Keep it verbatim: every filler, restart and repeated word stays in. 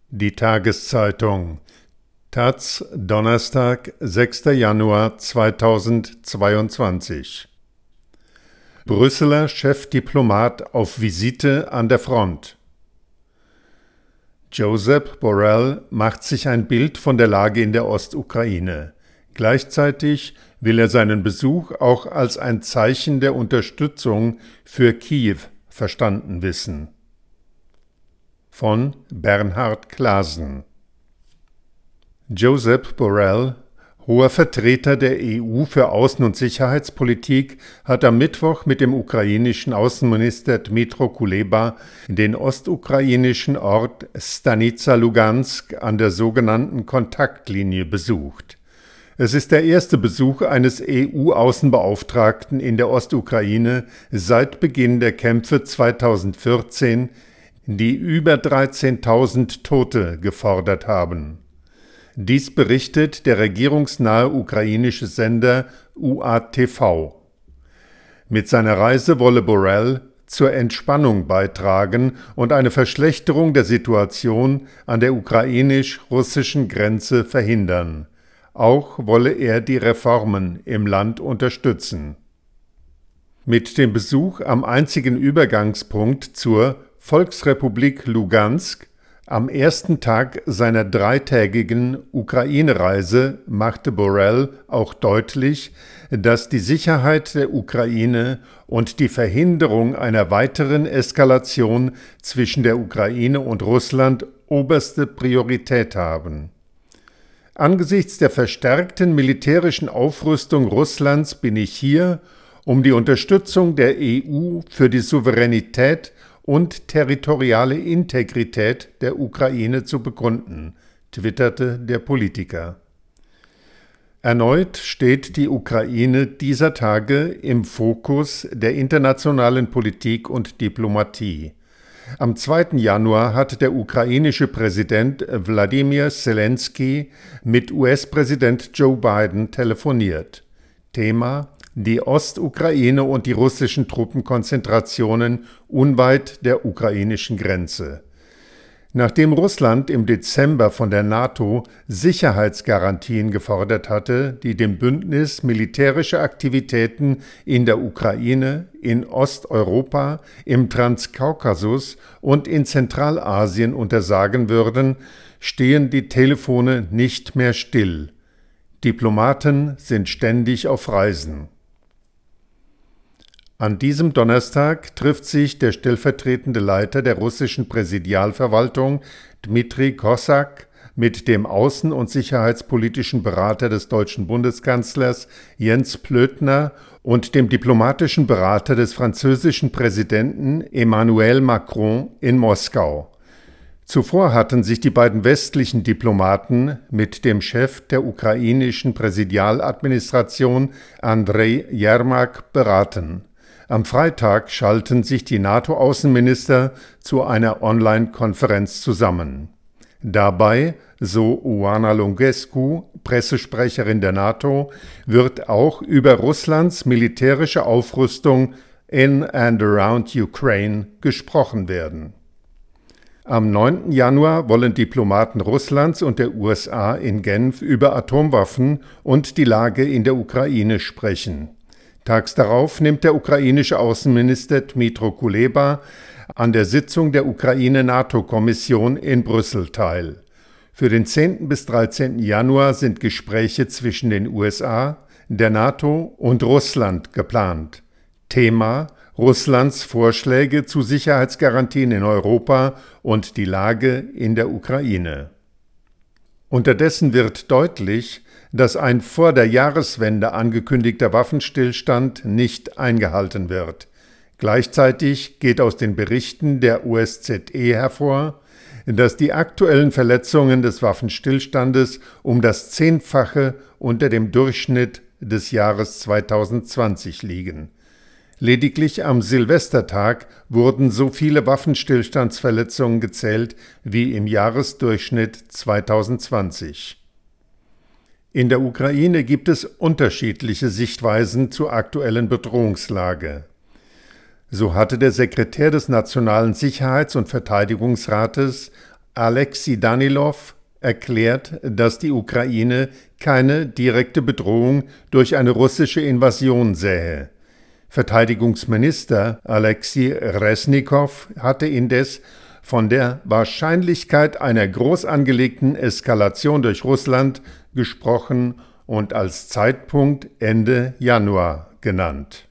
Die Tageszeitung taz, Donnerstag, sechster Januar zweitausendzweiundzwanzig. Brüsseler Chefdiplomat auf Visite an der Front. Josep Borrell macht sich ein Bild von der Lage in der Ostukraine. Gleichzeitig will er seinen Besuch auch als ein Zeichen der Unterstützung für Kiew verstanden wissen. Von Bernhard Clasen. Josep Borrell, hoher Vertreter der E U für Außen- und Sicherheitspolitik, hat am Mittwoch mit dem ukrainischen Außenminister Dmytro Kuleba den ostukrainischen Ort Stanica Lugansk an der sogenannten Kontaktlinie besucht. Es ist der erste Besuch eines E U-Außenbeauftragten in der Ostukraine seit Beginn der Kämpfe zweitausendvierzehn, die über dreizehntausend Tote gefordert haben. Dies berichtet der regierungsnahe ukrainische Sender U A T V. Mit seiner Reise wolle Borrell zur Entspannung beitragen und eine Verschlechterung der Situation an der ukrainisch-russischen Grenze verhindern. Auch wolle er die Reformen im Land unterstützen. Mit dem Besuch am einzigen Übergangspunkt zur Volksrepublik Lugansk am ersten Tag seiner dreitägigen Ukraine-Reise machte Borrell auch deutlich, dass die Sicherheit der Ukraine und die Verhinderung einer weiteren Eskalation zwischen der Ukraine und Russland oberste Priorität haben. Angesichts der verstärkten militärischen Aufrüstung Russlands bin ich hier, um die Unterstützung der E U für die Souveränität und territoriale Integrität der Ukraine zu bekunden, twitterte der Politiker. Erneut steht die Ukraine dieser Tage im Fokus der internationalen Politik und Diplomatie. Am zweiten Januar hat der ukrainische Präsident Wladimir Selenskyj mit U S-Präsident Joe Biden telefoniert. Thema: die Ostukraine und die russischen Truppenkonzentrationen unweit der ukrainischen Grenze. Nachdem Russland im Dezember von der NATO Sicherheitsgarantien gefordert hatte, die dem Bündnis militärische Aktivitäten in der Ukraine, in Osteuropa, im Transkaukasus und in Zentralasien untersagen würden, stehen die Telefone nicht mehr still. Diplomaten sind ständig auf Reisen. An diesem Donnerstag trifft sich der stellvertretende Leiter der russischen Präsidialverwaltung, Dmitri Kossak, mit dem außen- und sicherheitspolitischen Berater des deutschen Bundeskanzlers Jens Plötner und dem diplomatischen Berater des französischen Präsidenten Emmanuel Macron in Moskau. Zuvor hatten sich die beiden westlichen Diplomaten mit dem Chef der ukrainischen Präsidialadministration Andrei Jermak beraten. Am Freitag schalten sich die NATO-Außenminister zu einer Online-Konferenz zusammen. Dabei, so Oana Lungescu, Pressesprecherin der NATO, wird auch über Russlands militärische Aufrüstung in and around Ukraine gesprochen werden. Am neunten Januar wollen Diplomaten Russlands und der U S A in Genf über Atomwaffen und die Lage in der Ukraine sprechen. Tags darauf nimmt der ukrainische Außenminister Dmytro Kuleba an der Sitzung der Ukraine-NATO-Kommission in Brüssel teil. Für den zehnten bis dreizehnten Januar sind Gespräche zwischen den U S A, der NATO und Russland geplant. Thema: Russlands Vorschläge zu Sicherheitsgarantien in Europa und die Lage in der Ukraine. Unterdessen wird deutlich, dass ein vor der Jahreswende angekündigter Waffenstillstand nicht eingehalten wird. Gleichzeitig geht aus den Berichten der O S Z E hervor, dass die aktuellen Verletzungen des Waffenstillstandes um das Zehnfache unter dem Durchschnitt des Jahres zweitausendzwanzig liegen. Lediglich am Silvestertag wurden so viele Waffenstillstandsverletzungen gezählt wie im Jahresdurchschnitt zweitausendzwanzig. In der Ukraine gibt es unterschiedliche Sichtweisen zur aktuellen Bedrohungslage. So hatte der Sekretär des Nationalen Sicherheits- und Verteidigungsrates Alexei Danilov erklärt, dass die Ukraine keine direkte Bedrohung durch eine russische Invasion sähe. Verteidigungsminister Alexei Resnikow hatte indes von der Wahrscheinlichkeit einer groß angelegten Eskalation durch Russland gesprochen und als Zeitpunkt Ende Januar genannt.